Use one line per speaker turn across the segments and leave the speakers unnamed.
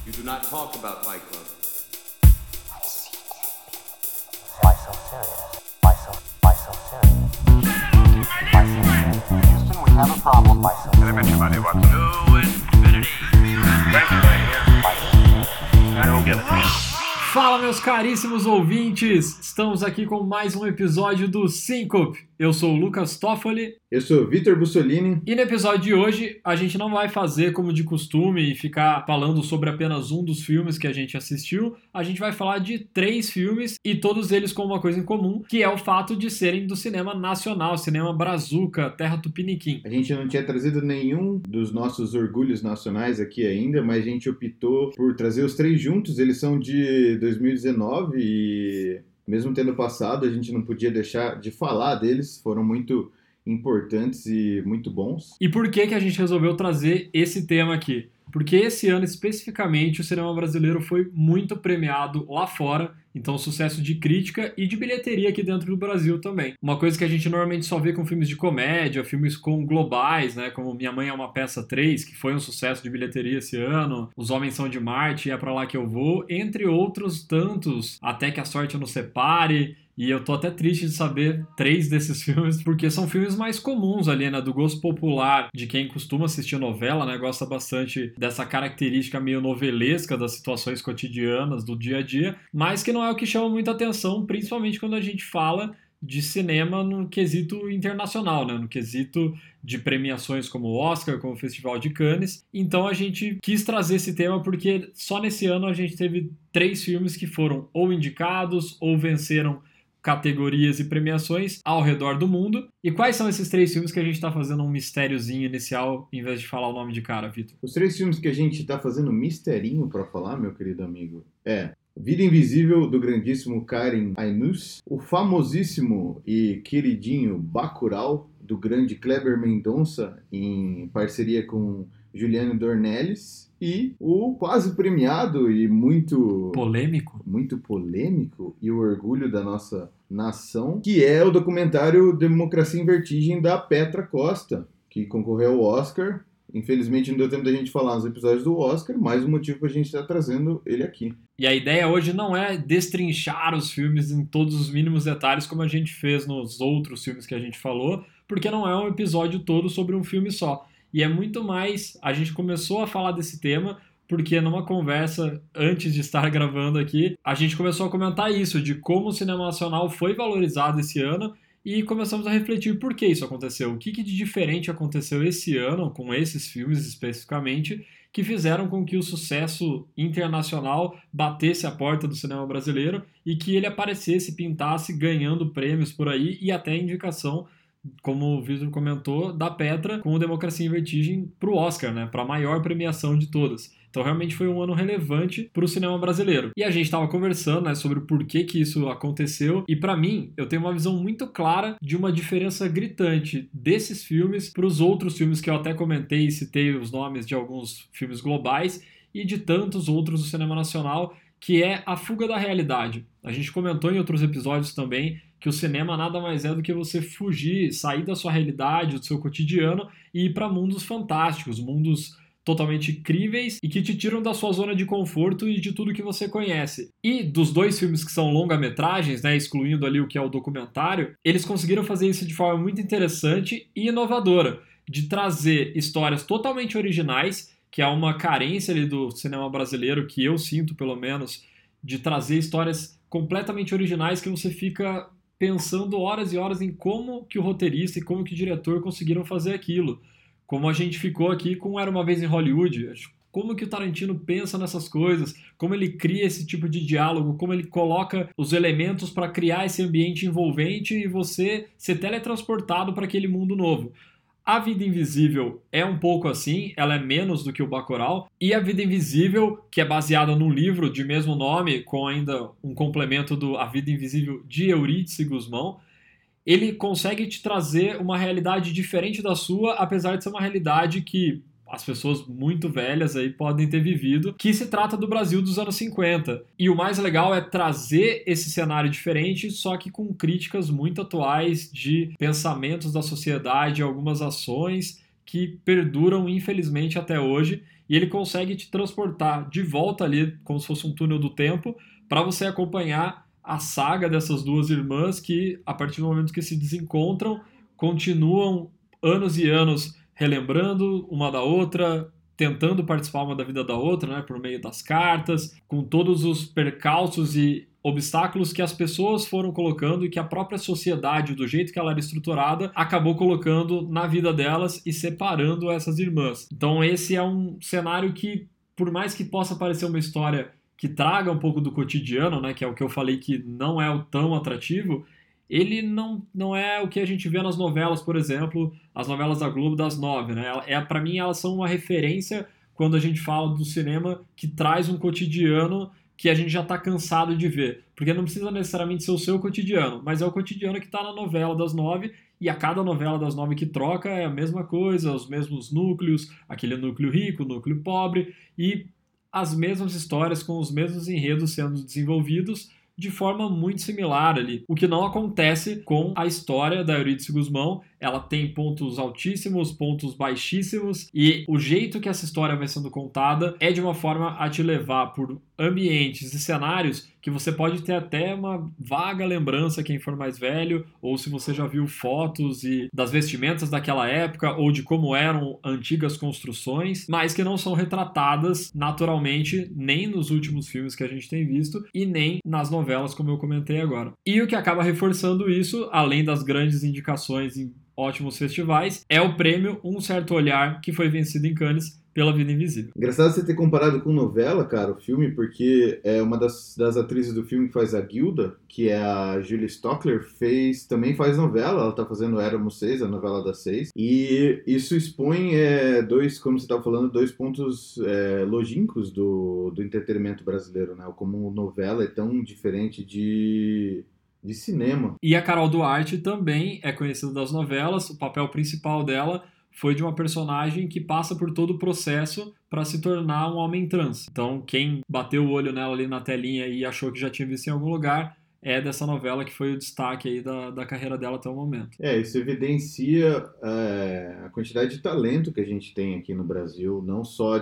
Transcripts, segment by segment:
You do not talk about Fight Club.
Why so serious? Why so serious? Why so serious? Houston, we have a problem. Why so serious?
Everybody, Watson. To infinity. Thank you, man. I don't get it.
Fala, meus caríssimos ouvintes! Estamos aqui com mais um episódio do Syncope. Eu sou o Lucas Toffoli.
Eu sou o Vitor Bussolini.
E no episódio de hoje, a gente não vai fazer como de costume e ficar falando sobre apenas um dos filmes que a gente assistiu. A gente vai falar de 3 filmes e todos eles com uma coisa em comum, que é o fato de serem do cinema nacional, cinema brazuca, terra tupiniquim.
A gente não tinha trazido nenhum dos nossos orgulhos nacionais aqui ainda, mas a gente optou por trazer os 3 juntos. Eles são de 2019 e, mesmo tendo passado, a gente não podia deixar de falar deles. Foram muito importantes e muito bons.
E por que a gente resolveu trazer esse tema aqui? Porque esse ano, especificamente, o cinema brasileiro foi muito premiado lá fora, então sucesso de crítica e de bilheteria aqui dentro do Brasil também. Uma coisa que a gente normalmente só vê com filmes de comédia, filmes com globais, né, como Minha Mãe é uma Peça 3, que foi um sucesso de bilheteria esse ano, Os Homens São de Marte, É Pra Lá Que Eu Vou, entre outros tantos, Até Que a Sorte Nos Separe. E eu tô até triste de saber 3 desses filmes, porque são filmes mais comuns ali, né, do gosto popular de quem costuma assistir novela, né, gosta bastante dessa característica meio novelesca das situações cotidianas do dia a dia, mas que não é o que chama muita atenção, principalmente quando a gente fala de cinema no quesito internacional, né? No quesito de premiações como o Oscar, como o Festival de Cannes. Então a gente quis trazer esse tema porque só nesse ano a gente teve 3 filmes que foram ou indicados ou venceram categorias e premiações ao redor do mundo. E quais são esses 3 filmes que a gente está fazendo um mistériozinho inicial em vez de falar o nome de cara, Vitor?
Os 3 filmes que a gente está fazendo misterinho para falar, meu querido amigo, é Vida Invisível, do grandíssimo Karim Ainus, o famosíssimo e queridinho Bacurau, do grande Kleber Mendonça, em parceria com Juliano Dornelles, e o quase premiado e muito polêmico e o orgulho da nossa nação, que é o documentário Democracia em Vertigem, da Petra Costa, que concorreu ao Oscar. Infelizmente não deu tempo da gente falar nos episódios do Oscar, mais um motivo pra gente estar trazendo ele aqui.
E a ideia hoje não é destrinchar os filmes em todos os mínimos detalhes como a gente fez nos outros filmes que a gente falou, porque não é um episódio todo sobre um filme só. E é muito mais, a gente começou a falar desse tema porque numa conversa antes de estar gravando aqui, a gente começou a comentar isso, de como o cinema nacional foi valorizado esse ano, e começamos a refletir por que isso aconteceu. O que de diferente aconteceu esse ano, com esses filmes especificamente, que fizeram com que o sucesso internacional batesse a porta do cinema brasileiro e que ele aparecesse, pintasse, ganhando prêmios por aí e até indicação, como o Vitor comentou, da Petra com o Democracia em Vertigem para o Oscar, né, para a maior premiação de todas. Então realmente foi um ano relevante para o cinema brasileiro. E a gente estava conversando, né, sobre o porquê que isso aconteceu, e para mim eu tenho uma visão muito clara de uma diferença gritante desses filmes para os outros filmes que eu até comentei e citei os nomes de alguns filmes globais e de tantos outros do cinema nacional, que é a fuga da realidade. A gente comentou em outros episódios também que o cinema nada mais é do que você fugir, sair da sua realidade, do seu cotidiano e ir para mundos fantásticos, mundos totalmente incríveis e que te tiram da sua zona de conforto e de tudo que você conhece. E dos 2 filmes que são longa-metragens, né, excluindo ali o que é o documentário, eles conseguiram fazer isso de forma muito interessante e inovadora, de trazer histórias totalmente originais, que é uma carência ali do cinema brasileiro, que eu sinto pelo menos, de trazer histórias completamente originais que você fica pensando horas e horas em como que o roteirista e como que o diretor conseguiram fazer aquilo. Como a gente ficou aqui com Era Uma Vez em Hollywood, como que o Tarantino pensa nessas coisas, como ele cria esse tipo de diálogo, como ele coloca os elementos para criar esse ambiente envolvente e você ser teletransportado para aquele mundo novo. A Vida Invisível é um pouco assim, ela é menos do que o Bacurau, e A Vida Invisível, que é baseada num livro de mesmo nome, com ainda um complemento do A Vida Invisível de Eurídice Guzmão, ele consegue te trazer uma realidade diferente da sua, apesar de ser uma realidade que as pessoas muito velhas aí podem ter vivido, que se trata do Brasil dos anos 50. E o mais legal é trazer esse cenário diferente, só que com críticas muito atuais de pensamentos da sociedade, algumas ações que perduram, infelizmente, até hoje, e ele consegue te transportar de volta ali, como se fosse um túnel do tempo, para você acompanhar a saga dessas duas irmãs que, a partir do momento que se desencontram, continuam anos e anos relembrando uma da outra, tentando participar uma da vida da outra, né, por meio das cartas, com todos os percalços e obstáculos que as pessoas foram colocando e que a própria sociedade, do jeito que ela era estruturada, acabou colocando na vida delas e separando essas irmãs. Então esse é um cenário que, por mais que possa parecer uma história que traga um pouco do cotidiano, né, que é o que eu falei que não é o tão atrativo, ele não é o que a gente vê nas novelas, por exemplo, as novelas da Globo das 9, né? Para mim elas são uma referência quando a gente fala do cinema que traz um cotidiano que a gente já está cansado de ver. Porque não precisa necessariamente ser o seu cotidiano, mas é o cotidiano que está na novela das 9, e a cada novela das 9 que troca é a mesma coisa, os mesmos núcleos, aquele núcleo rico, núcleo pobre, e as mesmas histórias com os mesmos enredos sendo desenvolvidos de forma muito similar ali. O que não acontece com a história da Eurídice Guzmão. Ela tem pontos altíssimos, pontos baixíssimos, e o jeito que essa história vai sendo contada é de uma forma a te levar por ambientes e cenários que você pode ter até uma vaga lembrança, quem for mais velho, ou se você já viu fotos e das vestimentas daquela época, ou de como eram antigas construções, mas que não são retratadas naturalmente nem nos últimos filmes que a gente tem visto e nem nas novelas, como eu comentei agora. E o que acaba reforçando isso, além das grandes indicações em ótimos festivais, é o prêmio Um Certo Olhar, que foi vencido em Cannes pela Vida Invisível.
Engraçado você ter comparado com novela, cara, o filme, porque é uma das atrizes do filme que faz a Gilda, que é a Julie Stockler, também faz novela, ela tá fazendo Éramos Seis, a novela das 6, e isso expõe como você estava falando, dois pontos longínquos do entretenimento brasileiro, né? Como novela é tão diferente de cinema.
E a Carol Duarte também é conhecida das novelas. O papel principal dela foi de uma personagem que passa por todo o processo para se tornar um homem trans. Então, quem bateu o olho nela ali na telinha e achou que já tinha visto em algum lugar, é dessa novela que foi o destaque aí da carreira dela até o momento.
Isso evidencia a quantidade de talento que a gente tem aqui no Brasil, não só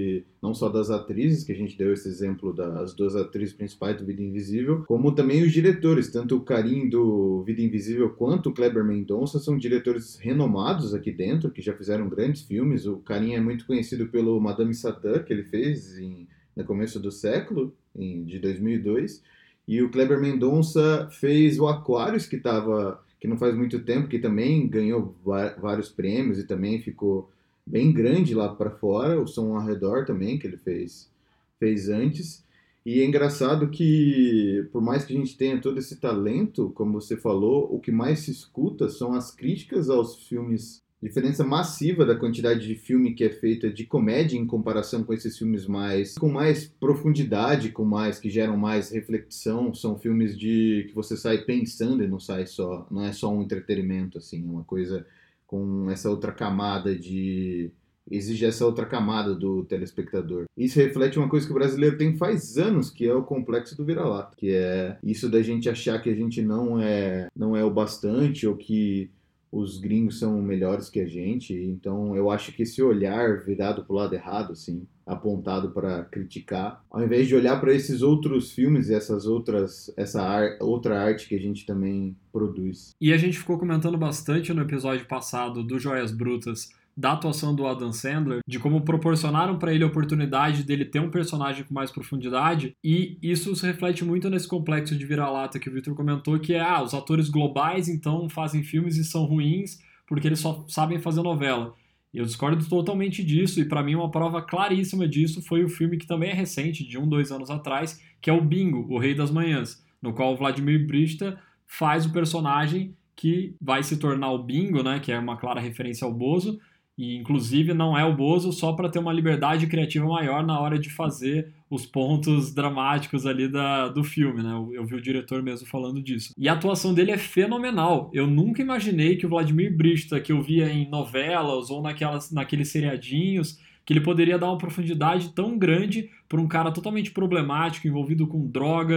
das atrizes, que a gente deu esse exemplo das duas atrizes principais do Vida Invisível, como também os diretores, tanto o Karim do Vida Invisível quanto o Kleber Mendonça são diretores renomados aqui dentro, que já fizeram grandes filmes. O Karim é muito conhecido pelo Madame Satã, que ele fez no começo do século, de 2002, e o Kleber Mendonça fez o Aquários, que não faz muito tempo, que também ganhou vários prêmios e também ficou bem grande lá para fora. O Som ao Redor também, que ele fez antes. E é engraçado que, por mais que a gente tenha todo esse talento, como você falou, o que mais se escuta são as críticas aos filmes. Diferença massiva da quantidade de filme que é feita de comédia em comparação com esses filmes com mais profundidade, que geram mais reflexão. São filmes que você sai pensando e não é só um entretenimento, assim, uma coisa com essa outra camada exige essa outra camada do telespectador. Isso reflete uma coisa que o brasileiro tem faz anos, que é o complexo do vira-lata, que é isso da gente achar que a gente não é o bastante, ou que os gringos são melhores que a gente. Então eu acho que esse olhar virado pro lado errado, assim, apontado para criticar, ao invés de olhar para esses outros filmes e essa outra arte que a gente também produz.
E a gente ficou comentando bastante no episódio passado do Joias Brutas da atuação do Adam Sandler, de como proporcionaram para ele a oportunidade dele ter um personagem com mais profundidade, e isso se reflete muito nesse complexo de vira-lata que o Victor comentou, que é, os atores globais então fazem filmes e são ruins porque eles só sabem fazer novela. Eu discordo totalmente disso, e para mim uma prova claríssima disso foi o filme que também é recente, de 2 anos atrás, que é o Bingo, o Rei das Manhãs, no qual o Vladimir Brista faz o personagem que vai se tornar o Bingo, né, que é uma clara referência ao Bozo, e inclusive não é o Bozo só para ter uma liberdade criativa maior na hora de fazer os pontos dramáticos ali do filme, né? Eu vi o diretor mesmo falando disso. E a atuação dele é fenomenal. Eu nunca imaginei que o Vladimir Brista, que eu via em novelas ou naqueles seriadinhos, que ele poderia dar uma profundidade tão grande para um cara totalmente problemático, envolvido com drogas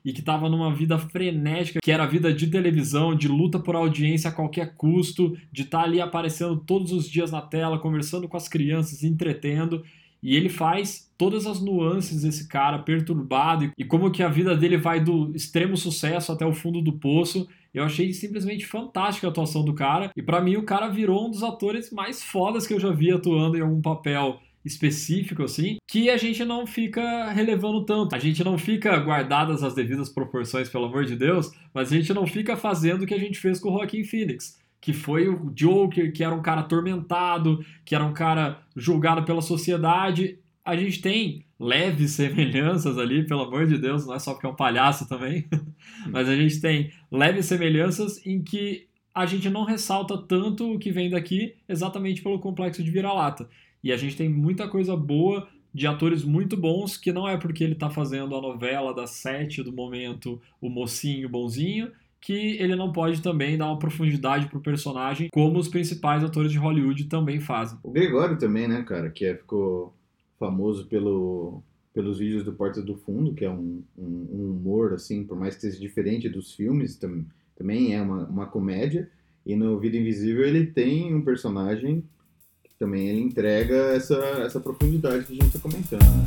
e que estava numa vida frenética, que era a vida de televisão, de luta por audiência a qualquer custo, de estar ali aparecendo todos os dias na tela, conversando com as crianças, entretendo. E ele faz todas as nuances desse cara perturbado e como que a vida dele vai do extremo sucesso até o fundo do poço. Eu achei simplesmente fantástica a atuação do cara. E pra mim o cara virou um dos atores mais fodas que eu já vi atuando em algum papel específico, assim, que a gente não fica relevando tanto. A gente não fica, guardadas as devidas proporções, pelo amor de Deus, mas a gente não fica fazendo o que a gente fez com o Joaquin Phoenix, que foi o Joker, que era um cara atormentado, que era um cara julgado pela sociedade. A gente tem leves semelhanças ali, pelo amor de Deus, não é só porque é um palhaço também, mas a gente tem leves semelhanças em que a gente não ressalta tanto o que vem daqui exatamente pelo complexo de vira-lata. E a gente tem muita coisa boa de atores muito bons, que não é porque ele tá fazendo a novela das 7 do momento, o mocinho bonzinho, que ele não pode também dar uma profundidade pro personagem, como os principais atores de Hollywood também fazem.
O Gregório também, né, cara, que ficou famoso pelos vídeos do Porta do Fundo, que é um humor, assim, por mais que seja diferente dos filmes, também é uma comédia. E no Vida Invisível ele tem um personagem que também ele entrega essa profundidade que a gente está comentando, né?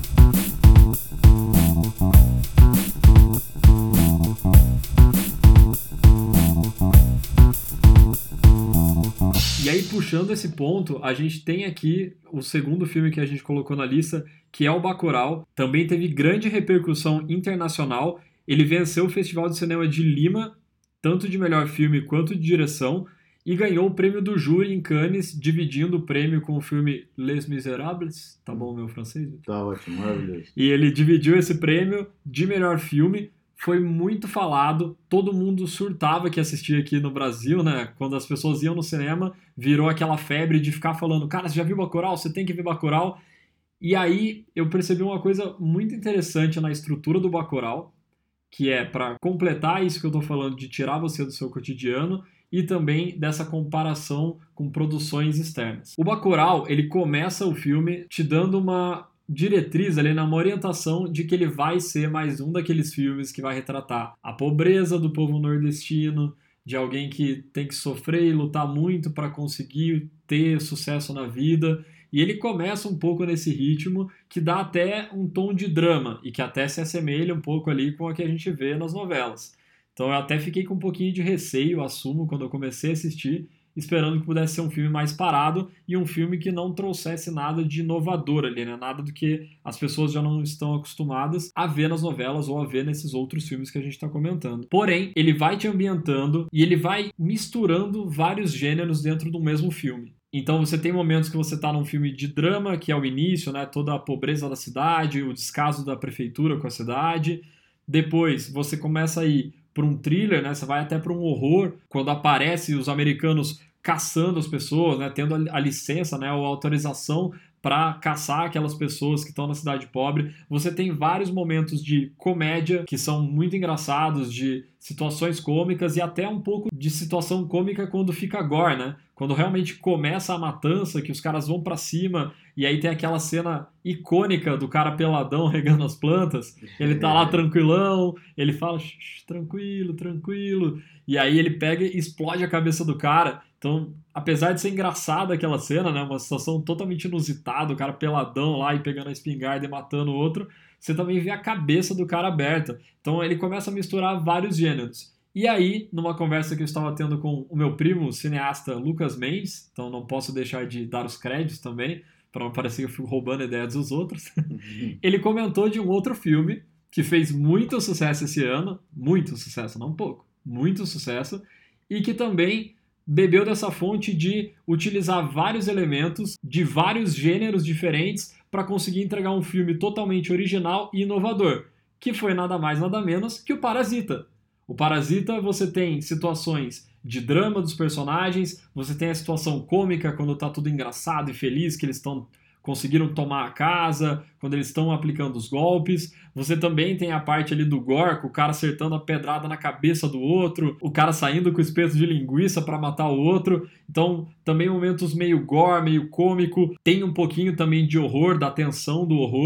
E aí, puxando esse ponto, a gente tem aqui o segundo filme que a gente colocou na lista, que é o Bacurau. Também teve grande repercussão internacional. Ele venceu o Festival de Cinema de Lima, tanto de melhor filme quanto de direção, e ganhou o prêmio do júri em Cannes, dividindo o prêmio com o filme Les Miserables. Tá bom meu francês?
Tá ótimo, maravilhoso.
E ele dividiu esse prêmio de melhor filme. Foi muito falado, todo mundo surtava que assistia aqui no Brasil, né? Quando as pessoas iam no cinema, virou aquela febre de ficar falando, cara, você já viu Bacurau? Você tem que ver Bacurau. E aí eu percebi uma coisa muito interessante na estrutura do Bacurau, que é para completar isso que eu tô falando, de tirar você do seu cotidiano e também dessa comparação com produções externas. O Bacurau, ele começa o filme te dando uma diretriz ali, uma orientação de que ele vai ser mais um daqueles filmes que vai retratar a pobreza do povo nordestino, de alguém que tem que sofrer e lutar muito para conseguir ter sucesso na vida. E ele começa um pouco nesse ritmo que dá até um tom de drama e que até se assemelha um pouco ali com o que a gente vê nas novelas. Então eu até fiquei com um pouquinho de receio, assumo, quando eu comecei a assistir, esperando que pudesse ser um filme mais parado e um filme que não trouxesse nada de inovador ali, né? Nada do que as pessoas já não estão acostumadas a ver nas novelas ou a ver nesses outros filmes que a gente está comentando. Porém, ele vai te ambientando e ele vai misturando vários gêneros dentro do mesmo filme. Então você tem momentos que você está num filme de drama, que é o início, né? Toda a pobreza da cidade, o descaso da prefeitura com a cidade. Depois você começa a ir para um thriller, né? Você vai até para um horror, quando aparece os americanos caçando as pessoas, né? Tendo a licença, né? Ou a autorização para caçar aquelas pessoas que estão na cidade pobre. Você tem vários momentos de comédia que são muito engraçados, de situações cômicas e até um pouco de situação cômica quando fica gore, né? Quando realmente começa a matança, que os caras vão pra cima e aí tem aquela cena icônica do cara peladão regando as plantas. Ele tá lá tranquilão, ele fala, tranquilo, tranquilo. E aí ele pega e explode a cabeça do cara. Então, apesar de ser engraçada aquela cena, né? Uma situação totalmente inusitada, o cara peladão lá e pegando a espingarda e matando o outro, você também vê a cabeça do cara aberta. Então ele começa a misturar vários gêneros. E aí, numa conversa que eu estava tendo com o meu primo, o cineasta Lucas Mendes, então não posso deixar de dar os créditos também, para não parecer que eu fico roubando ideias dos outros, ele comentou de um outro filme que fez muito sucesso esse ano, muito sucesso, não pouco, muito sucesso, e que também bebeu dessa fonte de utilizar vários elementos de vários gêneros diferentes para conseguir entregar um filme totalmente original e inovador, que foi nada mais nada menos que o Parasita. O Parasita, você tem situações de drama dos personagens, você tem a situação cômica quando tá tudo engraçado e feliz, que eles conseguiram tomar a casa, quando eles estão aplicando os golpes. Você também tem a parte ali do gore, com o cara acertando a pedrada na cabeça do outro, o cara saindo com o espeto de linguiça para matar o outro. Então, também momentos meio gore, meio cômico. Tem um pouquinho também de horror, da tensão do horror.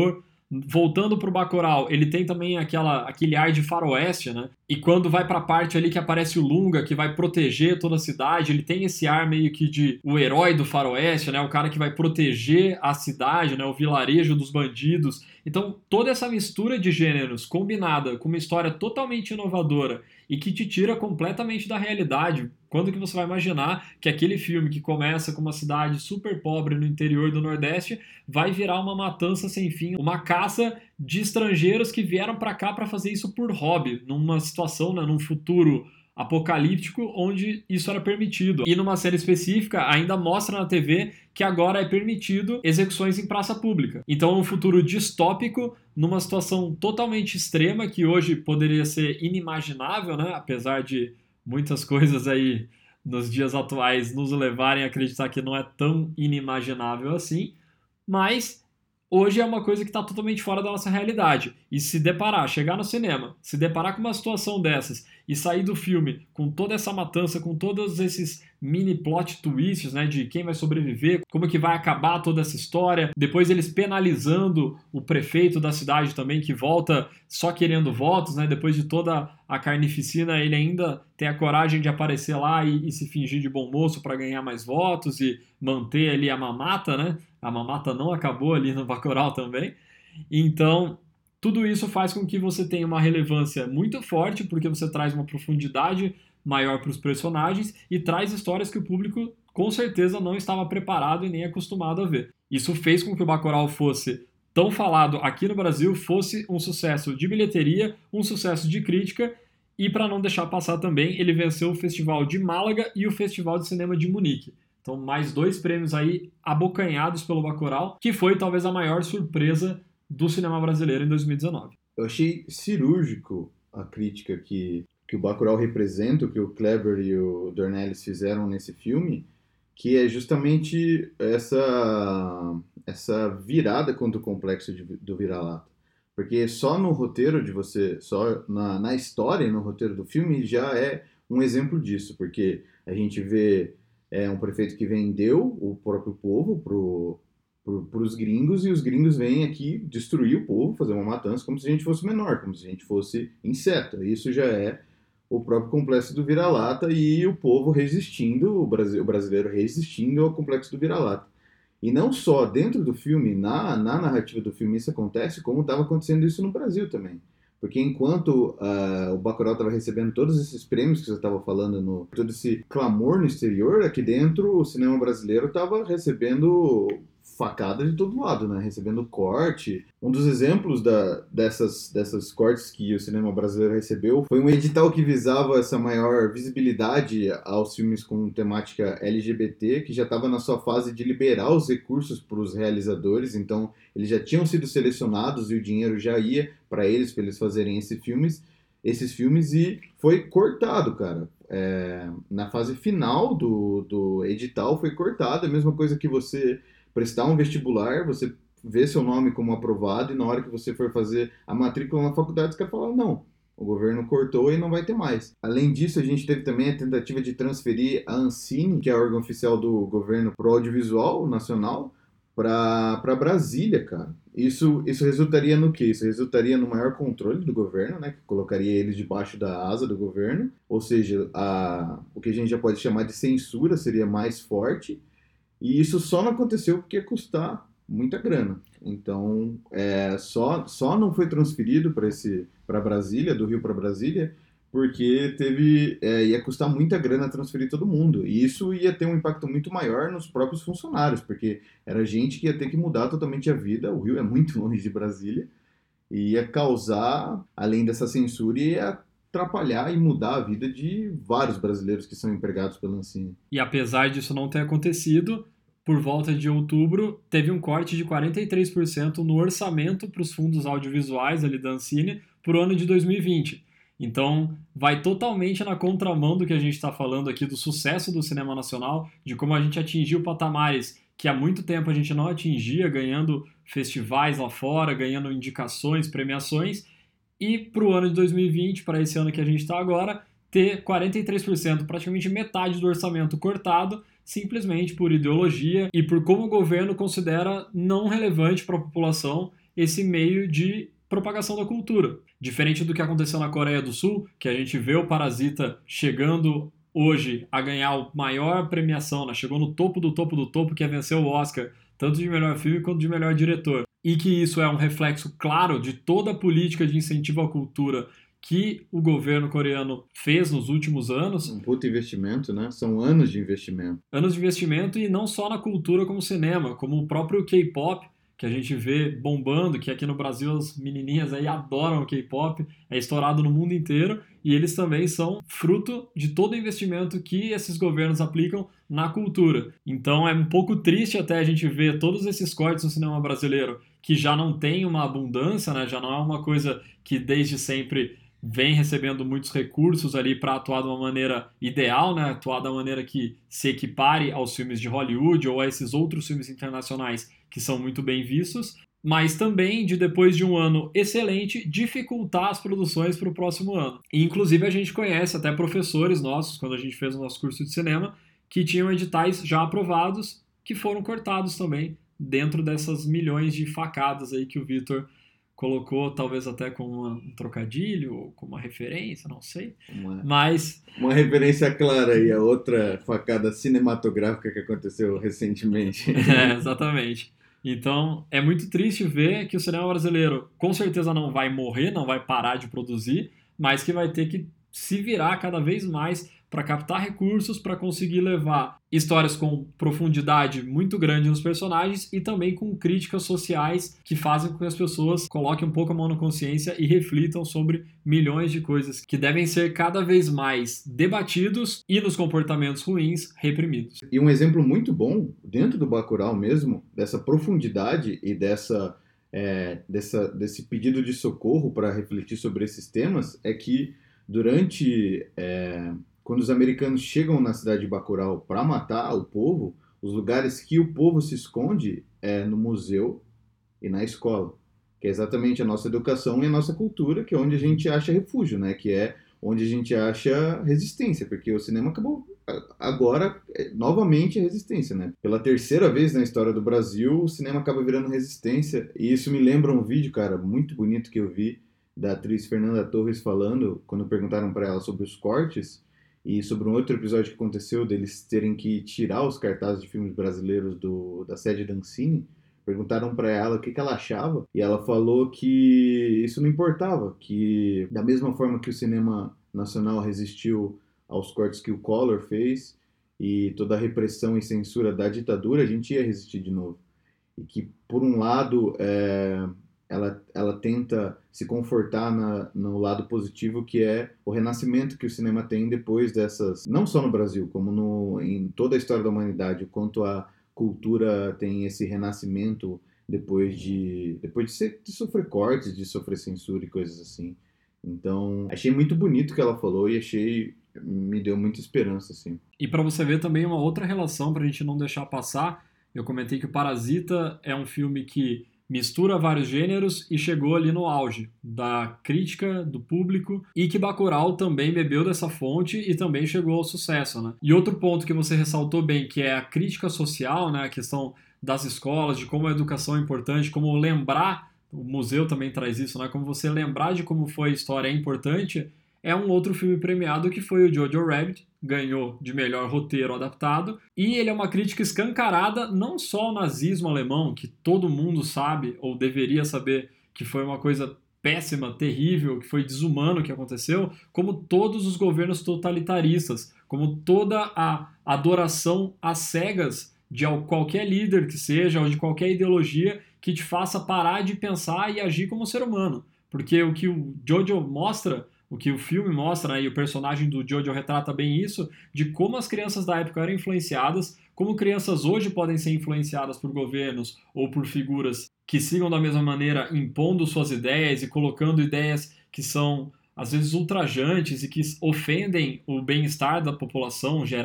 Voltando pro Bacurau, ele tem também aquele ar de faroeste, né? E quando vai pra parte ali que aparece o Lunga, que vai proteger toda a cidade, ele tem esse ar meio que de o herói do faroeste, né? O cara que vai proteger a cidade, né? O vilarejo dos bandidos. Então, toda essa mistura de gêneros combinada com uma história totalmente inovadora e que te tira completamente da realidade. Quando que você vai imaginar que aquele filme que começa com uma cidade super pobre no interior do Nordeste vai virar uma matança sem fim, uma caça de estrangeiros que vieram para cá para fazer isso por hobby, numa situação, né, num futuro apocalíptico onde isso era permitido. E numa série específica ainda mostra na TV que agora é permitido execuções em praça pública. Então é um futuro distópico, numa situação totalmente extrema que hoje poderia ser inimaginável, né? Apesar de muitas coisas aí nos dias atuais nos levarem a acreditar que não é tão inimaginável assim, mas hoje é uma coisa que está totalmente fora da nossa realidade. E se deparar, chegar no cinema, se deparar com uma situação dessas e sair do filme com toda essa matança, com todos esses mini plot twists, né, de quem vai sobreviver, como que vai acabar toda essa história, depois eles penalizando o prefeito da cidade também, que volta só querendo votos, né, depois de toda a carnificina, ele ainda tem a coragem de aparecer lá e se fingir de bom moço para ganhar mais votos e manter ali a mamata, né? A mamata não acabou ali no Bacurau também. Então, tudo isso faz com que você tenha uma relevância muito forte, porque você traz uma profundidade maior para os personagens e traz histórias que o público com certeza não estava preparado e nem acostumado a ver. Isso fez com que o Bacurau fosse tão falado aqui no Brasil, fosse um sucesso de bilheteria, um sucesso de crítica, e para não deixar passar também, ele venceu o Festival de Málaga e o Festival de Cinema de Munique. Então, mais 2 prêmios aí abocanhados pelo Bacurau, que foi talvez a maior surpresa do cinema brasileiro em 2019.
Eu achei cirúrgico a crítica que o Bacurau representa, o que o Kleber e o Dornelles fizeram nesse filme, que é justamente essa virada contra o complexo do vira-lata. Porque só no roteiro de você, só na história e no roteiro do filme já é um exemplo disso, porque a gente vê um prefeito que vendeu o próprio povo para os gringos, e os gringos vêm aqui destruir o povo, fazer uma matança como se a gente fosse menor, como se a gente fosse inseto. Isso já é o próprio complexo do vira-lata e o povo resistindo, o brasileiro resistindo ao complexo do vira-lata. E não só dentro do filme, na narrativa do filme isso acontece, como estava acontecendo isso no Brasil também. Porque enquanto o Bacurau estava recebendo todos esses prêmios que você estava falando, todo esse clamor no exterior, aqui dentro o cinema brasileiro estava recebendo facada de todo lado, né? Recebendo corte. Um dos exemplos dessas cortes que o cinema brasileiro recebeu foi um edital que visava essa maior visibilidade aos filmes com temática LGBT, que já estava na sua fase de liberar os recursos para os realizadores, então eles já tinham sido selecionados e o dinheiro já ia para eles fazerem esses filmes, e foi cortado, cara. Na fase final do edital foi cortado, a mesma coisa que você prestar um vestibular, você vê seu nome como aprovado, e na hora que você for fazer a matrícula na faculdade, os caras falam, não, o governo cortou e não vai ter mais. Além disso, a gente teve também a tentativa de transferir a Ancine, que é o órgão oficial do governo pro audiovisual nacional, para Brasília, cara. Isso resultaria no quê? Isso resultaria no maior controle do governo, né? Que colocaria eles debaixo da asa do governo, ou seja, o que a gente já pode chamar de censura seria mais forte. E isso só não aconteceu porque ia custar muita grana. Então, só não foi transferido para Brasília, do Rio para Brasília, porque ia custar muita grana transferir todo mundo. E isso ia ter um impacto muito maior nos próprios funcionários, porque era gente que ia ter que mudar totalmente a vida. O Rio é muito longe de Brasília. E ia causar, além dessa censura, ia atrapalhar e mudar a vida de vários brasileiros que são empregados pela Ancine.
E apesar disso não ter acontecido, por volta de outubro, teve um corte de 43% no orçamento para os fundos audiovisuais ali da Ancine para o ano de 2020. Então, vai totalmente na contramão do que a gente está falando aqui, do sucesso do cinema nacional, de como a gente atingiu patamares que há muito tempo a gente não atingia, ganhando festivais lá fora, ganhando indicações, premiações, e para o ano de 2020, para esse ano que a gente está agora, ter 43%, praticamente metade do orçamento cortado, simplesmente por ideologia e por como o governo considera não relevante para a população esse meio de propagação da cultura. Diferente do que aconteceu na Coreia do Sul, que a gente vê o Parasita chegando hoje a ganhar a maior premiação, né? Chegou no topo do topo do topo, que é vencer o Oscar, tanto de melhor filme quanto de melhor diretor. E que isso é um reflexo claro de toda a política de incentivo à cultura que o governo coreano fez nos últimos anos.
Um puto investimento, né? São anos de investimento.
Anos de investimento, e não só na cultura como cinema, como o próprio K-pop, que a gente vê bombando, que aqui no Brasil as menininhas aí adoram o K-pop, é estourado no mundo inteiro, e eles também são fruto de todo o investimento que esses governos aplicam na cultura. Então é um pouco triste até a gente ver todos esses cortes no cinema brasileiro, que já não tem uma abundância, né? Já não é uma coisa que desde sempre vem recebendo muitos recursos ali para atuar de uma maneira ideal, né? Atuar da maneira que se equipare aos filmes de Hollywood ou a esses outros filmes internacionais que são muito bem vistos, mas também de, depois de um ano excelente, dificultar as produções para o próximo ano. E, inclusive, a gente conhece até professores nossos, quando a gente fez o nosso curso de cinema, que tinham editais já aprovados, que foram cortados também dentro dessas milhões de facadas aí que o Vitor colocou, talvez até com um trocadilho, ou com uma referência, não sei. Mas
uma referência clara aí, a outra facada cinematográfica que aconteceu recentemente.
Exatamente. Então, é muito triste ver que o cinema brasileiro com certeza não vai morrer, não vai parar de produzir, mas que vai ter que se virar cada vez mais para captar recursos, para conseguir levar histórias com profundidade muito grande nos personagens e também com críticas sociais que fazem com que as pessoas coloquem um pouco a mão na consciência e reflitam sobre milhões de coisas que devem ser cada vez mais debatidos e nos comportamentos ruins reprimidos.
E um exemplo muito bom, dentro do Bacurau mesmo, dessa profundidade e desse pedido de socorro para refletir sobre esses temas, é que durante... quando os americanos chegam na cidade de Bacurau para matar o povo, os lugares que o povo se esconde é no museu e na escola, que é exatamente a nossa educação e a nossa cultura, que é onde a gente acha refúgio, né? Que é onde a gente acha resistência, porque o cinema acabou agora novamente a resistência, né? Pela terceira vez na história do Brasil, o cinema acaba virando resistência, e isso me lembra um vídeo, cara, muito bonito que eu vi da atriz Fernanda Torres falando, quando perguntaram para ela sobre os cortes, e sobre um outro episódio que aconteceu deles terem que tirar os cartazes de filmes brasileiros da sede da Ancine. Perguntaram para ela o que ela achava, e ela falou que isso não importava, que da mesma forma que o cinema nacional resistiu aos cortes que o Collor fez e toda a repressão e censura da ditadura, a gente ia resistir de novo. E que, por um lado, ela tenta se confortar no lado positivo, que é o renascimento que o cinema tem depois dessas, não só no Brasil, como em toda a história da humanidade, o quanto a cultura tem esse renascimento depois de sofrer cortes, de sofrer censura e coisas assim. Então, achei muito bonito o que ela falou e me deu muita esperança, assim.
E para você ver também uma outra relação, para a gente não deixar passar, eu comentei que o Parasita é um filme que mistura vários gêneros e chegou ali no auge da crítica, do público, e que Bacurau também bebeu dessa fonte e também chegou ao sucesso, né? E outro ponto que você ressaltou bem, que é a crítica social, né? A questão das escolas, de como a educação é importante, como lembrar, o museu também traz isso, né? Como você lembrar de como foi a história é importante, é um outro filme premiado que foi o Jojo Rabbit, ganhou de melhor roteiro adaptado, e ele é uma crítica escancarada não só ao nazismo alemão, que todo mundo sabe, ou deveria saber, que foi uma coisa péssima, terrível, que foi desumano que aconteceu, como todos os governos totalitaristas, como toda a adoração às cegas de qualquer líder que seja, ou de qualquer ideologia que te faça parar de pensar e agir como ser humano. Porque o que o Jojo mostra, o que o filme mostra, né, e o personagem do Jojo retrata bem isso, de como as crianças da época eram influenciadas, como crianças hoje podem ser influenciadas por governos ou por figuras que sigam da mesma maneira, impondo suas ideias e colocando ideias que são, às vezes, ultrajantes e que ofendem o bem-estar da população geral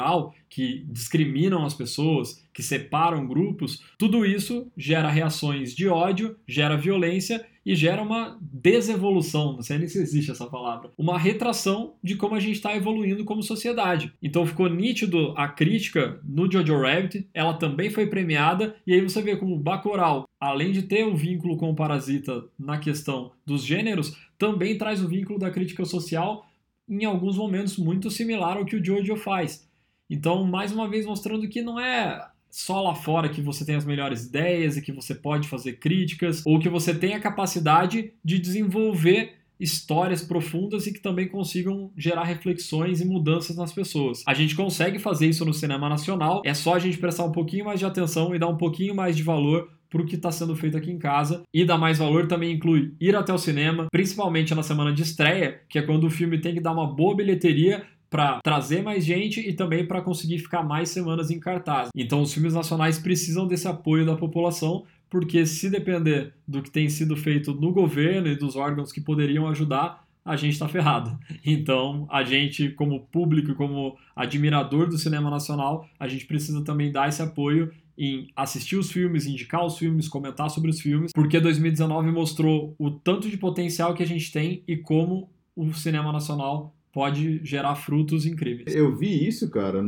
que discriminam as pessoas, que separam grupos, tudo isso gera reações de ódio, gera violência e gera uma desevolução, não sei nem se existe essa palavra, uma retração de como a gente está evoluindo como sociedade. Então ficou nítido a crítica no Jojo Rabbit, ela também foi premiada, e aí você vê como Bacurau, além de ter o vínculo com o Parasita na questão dos gêneros, também traz o vínculo da crítica social em alguns momentos muito similar ao que o Jojo faz. Então, mais uma vez mostrando que não é só lá fora que você tem as melhores ideias e que você pode fazer críticas, ou que você tem a capacidade de desenvolver histórias profundas e que também consigam gerar reflexões e mudanças nas pessoas. A gente consegue fazer isso no cinema nacional, é só a gente prestar um pouquinho mais de atenção e dar um pouquinho mais de valor para o que está sendo feito aqui em casa. E dar mais valor também inclui ir até o cinema, principalmente na semana de estreia, que é quando o filme tem que dar uma boa bilheteria para trazer mais gente e também para conseguir ficar mais semanas em cartaz. Então os filmes nacionais precisam desse apoio da população, porque se depender do que tem sido feito no governo e dos órgãos que poderiam ajudar, a gente está ferrado. Então a gente, como público e como admirador do cinema nacional, a gente precisa também dar esse apoio em assistir os filmes, indicar os filmes, comentar sobre os filmes, porque 2019 mostrou o tanto de potencial que a gente tem e como o cinema nacional pode gerar frutos incríveis.
Eu vi isso, cara,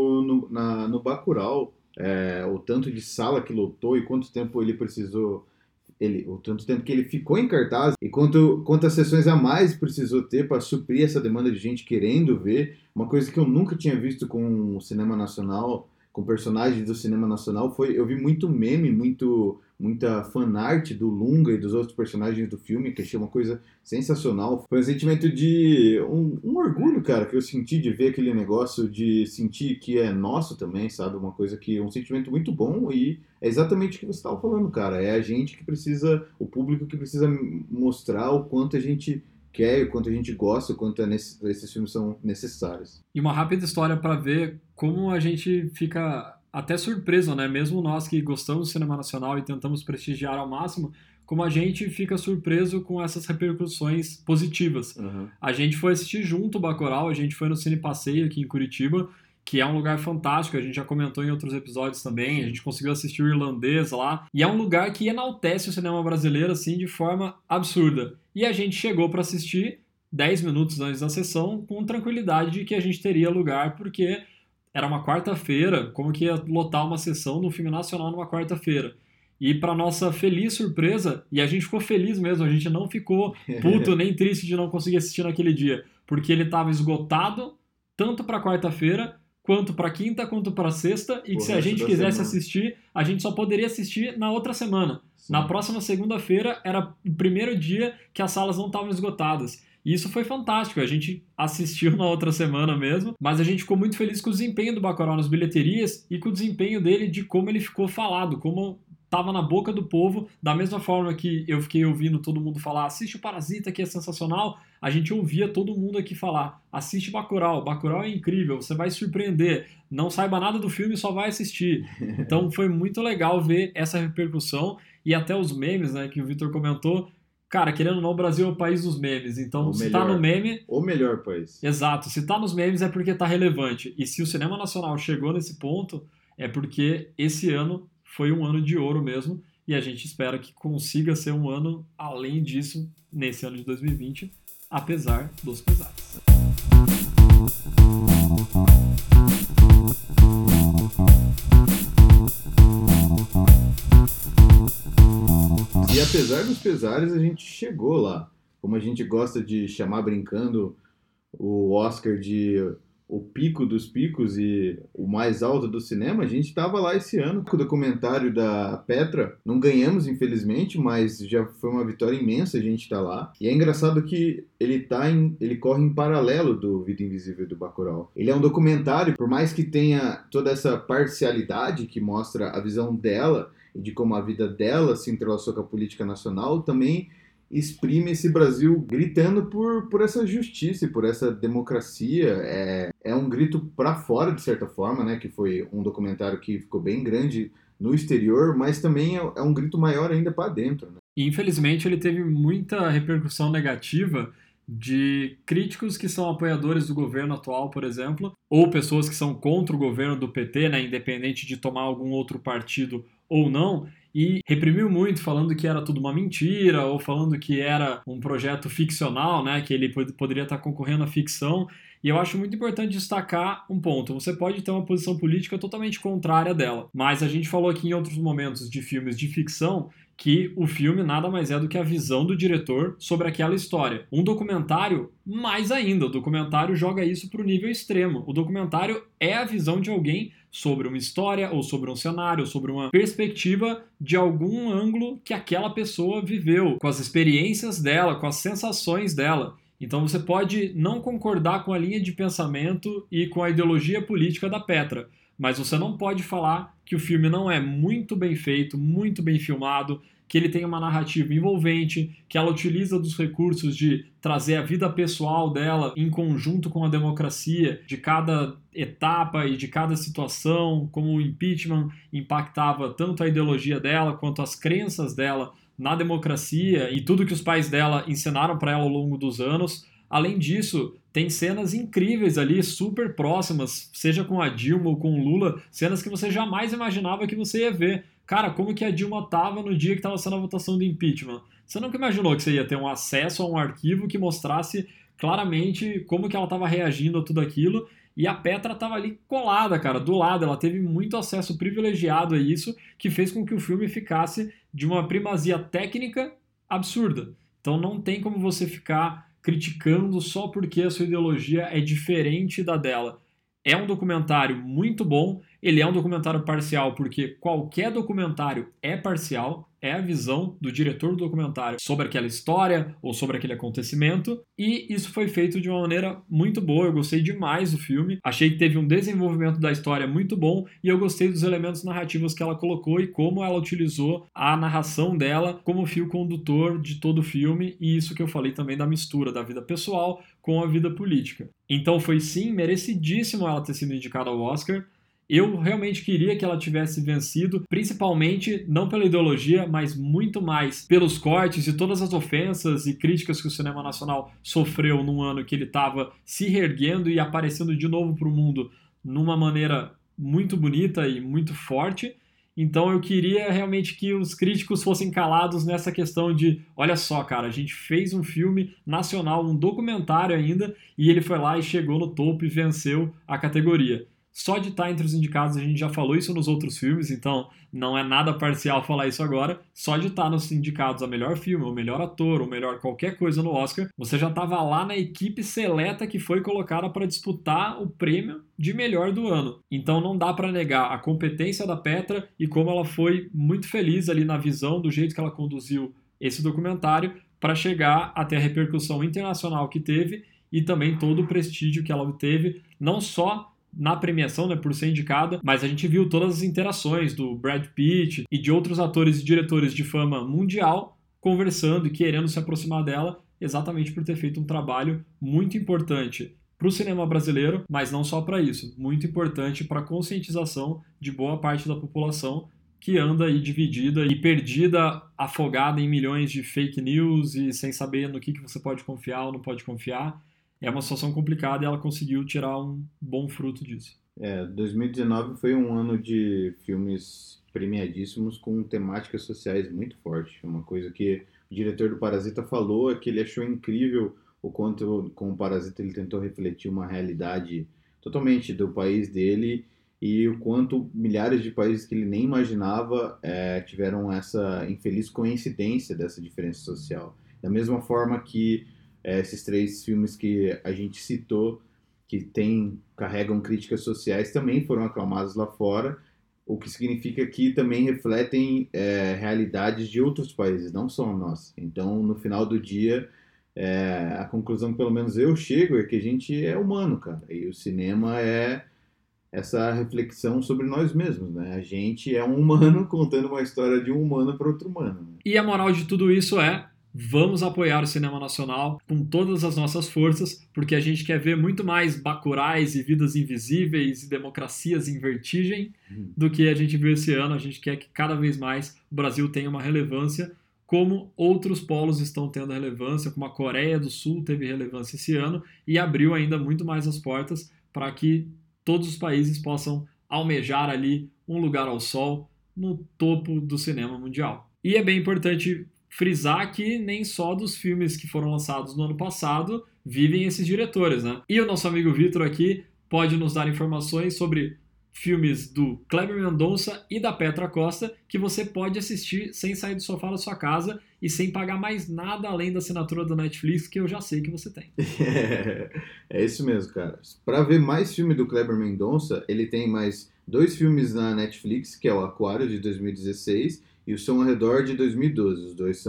no Bacurau, o tanto de sala que lotou e quanto tempo ele precisou, o tanto tempo que ele ficou em cartaz e quantas sessões a mais precisou ter para suprir essa demanda de gente querendo ver. Uma coisa que eu nunca tinha visto com o cinema nacional, com personagens do cinema nacional, eu vi muito meme, muita fanart do Lunga e dos outros personagens do filme, que achei uma coisa sensacional. Foi um sentimento de um orgulho, cara, que eu senti de ver aquele negócio, de sentir que é nosso também, sabe? Uma coisa um sentimento muito bom, e é exatamente o que você estava falando, cara. É a gente que precisa, o público que precisa mostrar o quanto a gente quer, o quanto a gente gosta, o quanto esses filmes são necessários.
E uma rápida história para ver como a gente fica até surpreso, né? Mesmo nós que gostamos do cinema nacional e tentamos prestigiar ao máximo, como a gente fica surpreso com essas repercussões positivas.
Uhum.
A gente foi assistir junto o Bacurau, a gente foi no Cine Passeio aqui em Curitiba, que é um lugar fantástico, a gente já comentou em outros episódios também, a gente conseguiu assistir o Irlandês lá, e é um lugar que enaltece o cinema brasileiro, assim, de forma absurda. E a gente chegou para assistir 10 minutos antes da sessão, com tranquilidade de que a gente teria lugar, porque era uma quarta-feira, como que ia lotar uma sessão do filme nacional numa quarta-feira. E para nossa feliz surpresa, e a gente ficou feliz mesmo, a gente não ficou puto nem triste de não conseguir assistir naquele dia, porque ele estava esgotado, tanto para quarta-feira, quanto para quinta, quanto para sexta, e que se a gente quisesse assistir, a gente só poderia assistir na outra semana. Sim. Na próxima segunda-feira era o primeiro dia que as salas não estavam esgotadas. E isso foi fantástico, a gente assistiu na outra semana mesmo, mas a gente ficou muito feliz com o desempenho do Bacurau nas bilheterias e com o desempenho dele de como ele ficou falado, como estava na boca do povo, da mesma forma que eu fiquei ouvindo todo mundo falar, assiste o Parasita que é sensacional, a gente ouvia todo mundo aqui falar, assiste Bacurau, Bacurau é incrível, você vai se surpreender, não saiba nada do filme, só vai assistir. Então foi muito legal ver essa repercussão e até os memes, né, que o Vitor comentou. Cara, querendo ou não, o Brasil é o país dos memes, então se tá no meme...
O melhor país.
Exato, se tá nos memes é porque tá relevante, e se o cinema nacional chegou nesse ponto, é porque esse ano foi um ano de ouro mesmo, e a gente espera que consiga ser um ano além disso nesse ano de 2020, apesar dos pesares.
E apesar dos pesares, a gente chegou lá. Como a gente gosta de chamar brincando o Oscar de o pico dos picos e o mais alto do cinema, a gente estava lá esse ano com o documentário da Petra. Não ganhamos, infelizmente, mas já foi uma vitória imensa a gente estar lá. E é engraçado que ele corre em paralelo do Vida Invisível do Bacurau. Ele é um documentário, por mais que tenha toda essa parcialidade que mostra a visão dela e de como a vida dela se entrelaçou com a política nacional, também exprime esse Brasil gritando por essa justiça e por essa democracia. É um grito para fora, de certa forma, né? Que foi um documentário que ficou bem grande no exterior, mas também é um grito maior ainda para dentro, né?
E, infelizmente, ele teve muita repercussão negativa de críticos que são apoiadores do governo atual, por exemplo, ou pessoas que são contra o governo do PT, né, independente de tomar algum outro partido ou não, e reprimiu muito, falando que era tudo uma mentira, ou falando que era um projeto ficcional, né, que ele poderia estar concorrendo à ficção. E eu acho muito importante destacar um ponto. Você pode ter uma posição política totalmente contrária dela, mas a gente falou aqui em outros momentos de filmes de ficção que o filme nada mais é do que a visão do diretor sobre aquela história. Um documentário, mais ainda, o documentário joga isso para o nível extremo. O documentário é a visão de alguém sobre uma história, ou sobre um cenário, ou sobre uma perspectiva de algum ângulo que aquela pessoa viveu, com as experiências dela, com as sensações dela. Então você pode não concordar com a linha de pensamento e com a ideologia política da Petra, mas você não pode falar que o filme não é muito bem feito, muito bem filmado, que ele tem uma narrativa envolvente, que ela utiliza dos recursos de trazer a vida pessoal dela em conjunto com a democracia, de cada etapa e de cada situação, como o impeachment impactava tanto a ideologia dela quanto as crenças dela na democracia e tudo que os pais dela ensinaram para ela ao longo dos anos. Além disso, tem cenas incríveis ali, super próximas, seja com a Dilma ou com o Lula, cenas que você jamais imaginava que você ia ver. Cara, como que a Dilma estava no dia que estava sendo a votação do impeachment? Você nunca imaginou que você ia ter um acesso a um arquivo que mostrasse claramente como que ela estava reagindo a tudo aquilo, e a Petra estava ali colada, cara, do lado. Ela teve muito acesso privilegiado a isso, que fez com que o filme ficasse de uma primazia técnica absurda. Então não tem como você ficar criticando só porque a sua ideologia é diferente da dela. É um documentário muito bom, ele é um documentário parcial porque qualquer documentário é parcial, é a visão do diretor do documentário sobre aquela história ou sobre aquele acontecimento, e isso foi feito de uma maneira muito boa. Eu gostei demais do filme, achei que teve um desenvolvimento da história muito bom, e eu gostei dos elementos narrativos que ela colocou e como ela utilizou a narração dela como fio condutor de todo o filme, e isso que eu falei também da mistura da vida pessoal com a vida política. Então foi sim merecidíssimo ela ter sido indicada ao Oscar. Eu realmente queria que ela tivesse vencido, principalmente não pela ideologia, mas muito mais pelos cortes e todas as ofensas e críticas que o cinema nacional sofreu num ano que ele estava se reerguendo e aparecendo de novo para o mundo numa maneira muito bonita e muito forte. Então eu queria realmente que os críticos fossem calados nessa questão de, olha só, cara, a gente fez um filme nacional, um documentário ainda, e ele foi lá e chegou no topo e venceu a categoria. Só de estar entre os indicados, a gente já falou isso nos outros filmes, então não é nada parcial falar isso agora. Só de estar nos indicados a melhor filme, o melhor ator, ou melhor qualquer coisa no Oscar, você já estava lá na equipe seleta que foi colocada para disputar o prêmio de melhor do ano. Então não dá para negar a competência da Petra e como ela foi muito feliz ali na visão, do jeito que ela conduziu esse documentário para chegar até a repercussão internacional que teve e também todo o prestígio que ela obteve, não só na premiação, né, por ser indicada, mas a gente viu todas as interações do Brad Pitt e de outros atores e diretores de fama mundial conversando e querendo se aproximar dela, exatamente por ter feito um trabalho muito importante para o cinema brasileiro, mas não só para isso, muito importante para a conscientização de boa parte da população que anda aí dividida e perdida, afogada em milhões de fake news e sem saber no que você pode confiar ou não pode confiar. É uma situação complicada e ela conseguiu tirar um bom fruto disso.
2019 foi um ano de filmes premiadíssimos com temáticas sociais muito fortes. Uma coisa que o diretor do Parasita falou é que ele achou incrível o quanto com o Parasita ele tentou refletir uma realidade totalmente do país dele e o quanto milhares de países que ele nem imaginava tiveram essa infeliz coincidência dessa diferença social. Da mesma forma que esses 3 filmes que a gente citou, que carregam críticas sociais, também foram aclamados lá fora, o que significa que também refletem realidades de outros países, não só a nossa. Então, no final do dia, a conclusão que pelo menos eu chego é que a gente é humano, cara, e o cinema é essa reflexão sobre nós mesmos, né? A gente é um humano contando uma história de um humano para outro humano. Né?
E a moral de tudo isso é: vamos apoiar o cinema nacional com todas as nossas forças, porque a gente quer ver muito mais Bacurais e Vidas Invisíveis e Democracias em Vertigem do que a gente viu esse ano. A gente quer que cada vez mais o Brasil tenha uma relevância como outros polos estão tendo relevância, como a Coreia do Sul teve relevância esse ano e abriu ainda muito mais as portas para que todos os países possam almejar ali um lugar ao sol no topo do cinema mundial. E é bem importante frisar que nem só dos filmes que foram lançados no ano passado vivem esses diretores, né? E o nosso amigo Vitor aqui pode nos dar informações sobre filmes do Kleber Mendonça e da Petra Costa que você pode assistir sem sair do sofá da sua casa e sem pagar mais nada além da assinatura da Netflix, que eu já sei que você tem.
É isso mesmo, cara. Para ver mais filme do Kleber Mendonça, ele tem mais 2 filmes na Netflix, que é o Aquário, de 2016, e o Som ao Redor, de 2012.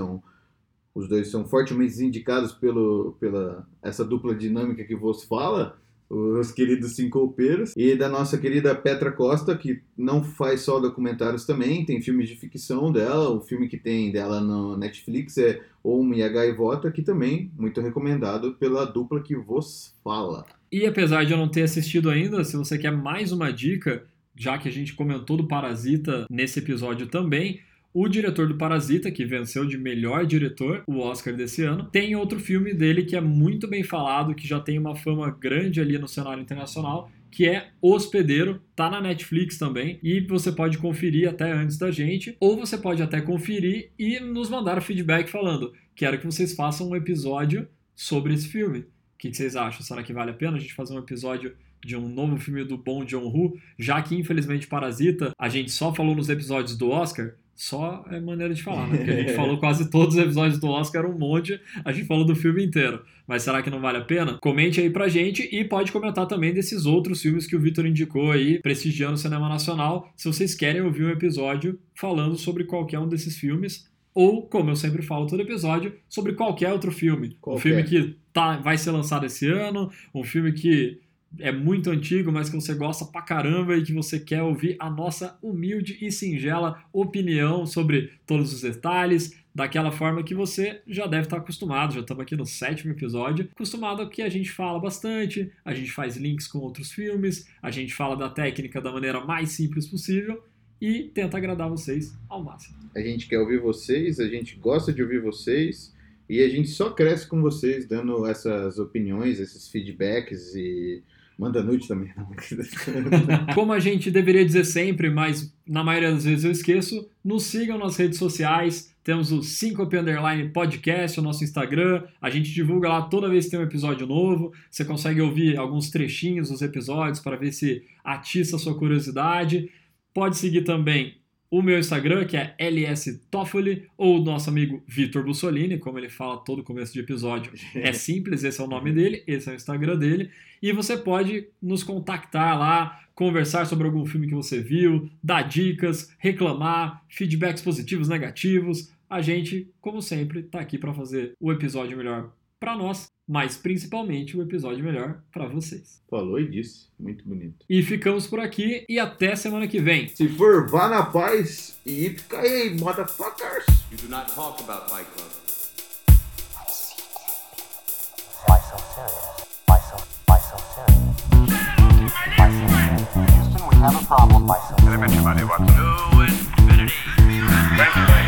Os dois são fortemente indicados pela essa dupla dinâmica que vos fala, os queridos sincopeiros, e da nossa querida Petra Costa, que não faz só documentários também, tem filmes de ficção dela. O filme que tem dela no Netflix é Omo e a Gaivota, que também muito recomendado pela dupla que vos fala.
E apesar de eu não ter assistido ainda, se você quer mais uma dica, já que a gente comentou do Parasita nesse episódio também, o diretor do Parasita, que venceu de melhor diretor, o Oscar desse ano, tem outro filme dele que é muito bem falado, que já tem uma fama grande ali no cenário internacional, que é O Hospedeiro, tá na Netflix também, e você pode conferir até antes da gente, ou você pode até conferir e nos mandar o feedback falando: quero que vocês façam um episódio sobre esse filme. O que vocês acham? Será que vale a pena a gente fazer um episódio de um novo filme do Bong Joon-ho, já que infelizmente Parasita a gente só falou nos episódios do Oscar? Só é maneira de falar, né? Porque a gente falou quase todos os episódios do Oscar, um monte, a gente falou do filme inteiro. Mas será que não vale a pena? Comente aí pra gente e pode comentar também desses outros filmes que o Vitor indicou aí, prestigiando o cinema nacional, se vocês querem ouvir um episódio falando sobre qualquer um desses filmes, ou, como eu sempre falo todo episódio, sobre qualquer outro filme. Um filme que vai ser lançado esse ano, um filme que é muito antigo, mas que você gosta pra caramba e que você quer ouvir a nossa humilde e singela opinião sobre todos os detalhes, daquela forma que você já deve estar acostumado. Já estamos aqui no 7º episódio, acostumado a que a gente fala bastante, a gente faz links com outros filmes, a gente fala da técnica da maneira mais simples possível e tenta agradar vocês ao máximo.
A gente quer ouvir vocês, a gente gosta de ouvir vocês, e a gente só cresce com vocês, dando essas opiniões, esses feedbacks, e manda nude também.
Como a gente deveria dizer sempre, mas na maioria das vezes eu esqueço, nos sigam nas redes sociais. Temos o Syncope_ Podcast, o nosso Instagram. A gente divulga lá toda vez que tem um episódio novo. Você consegue ouvir alguns trechinhos dos episódios para ver se atiça a sua curiosidade. Pode seguir também o meu Instagram, que é LSToffoli, ou o nosso amigo Vitor Bussolini, como ele fala todo começo de episódio. É simples, esse é o nome dele, esse é o Instagram dele. E você pode nos contactar lá, conversar sobre algum filme que você viu, dar dicas, reclamar, feedbacks positivos, negativos. A gente, como sempre, tá aqui para fazer o episódio melhor para nós, mas principalmente o episódio melhor para vocês.
Falou e disse. Muito bonito.
E ficamos por aqui e até semana que vem.
Se for, vá na paz e fica aí, motherfuckers!
You do not talk about Fight Club.
Why so serious? Why so serious? Why so serious? Houston, we have a problem. Why so serious?
Elementary, Watson. To infinity. Thank you,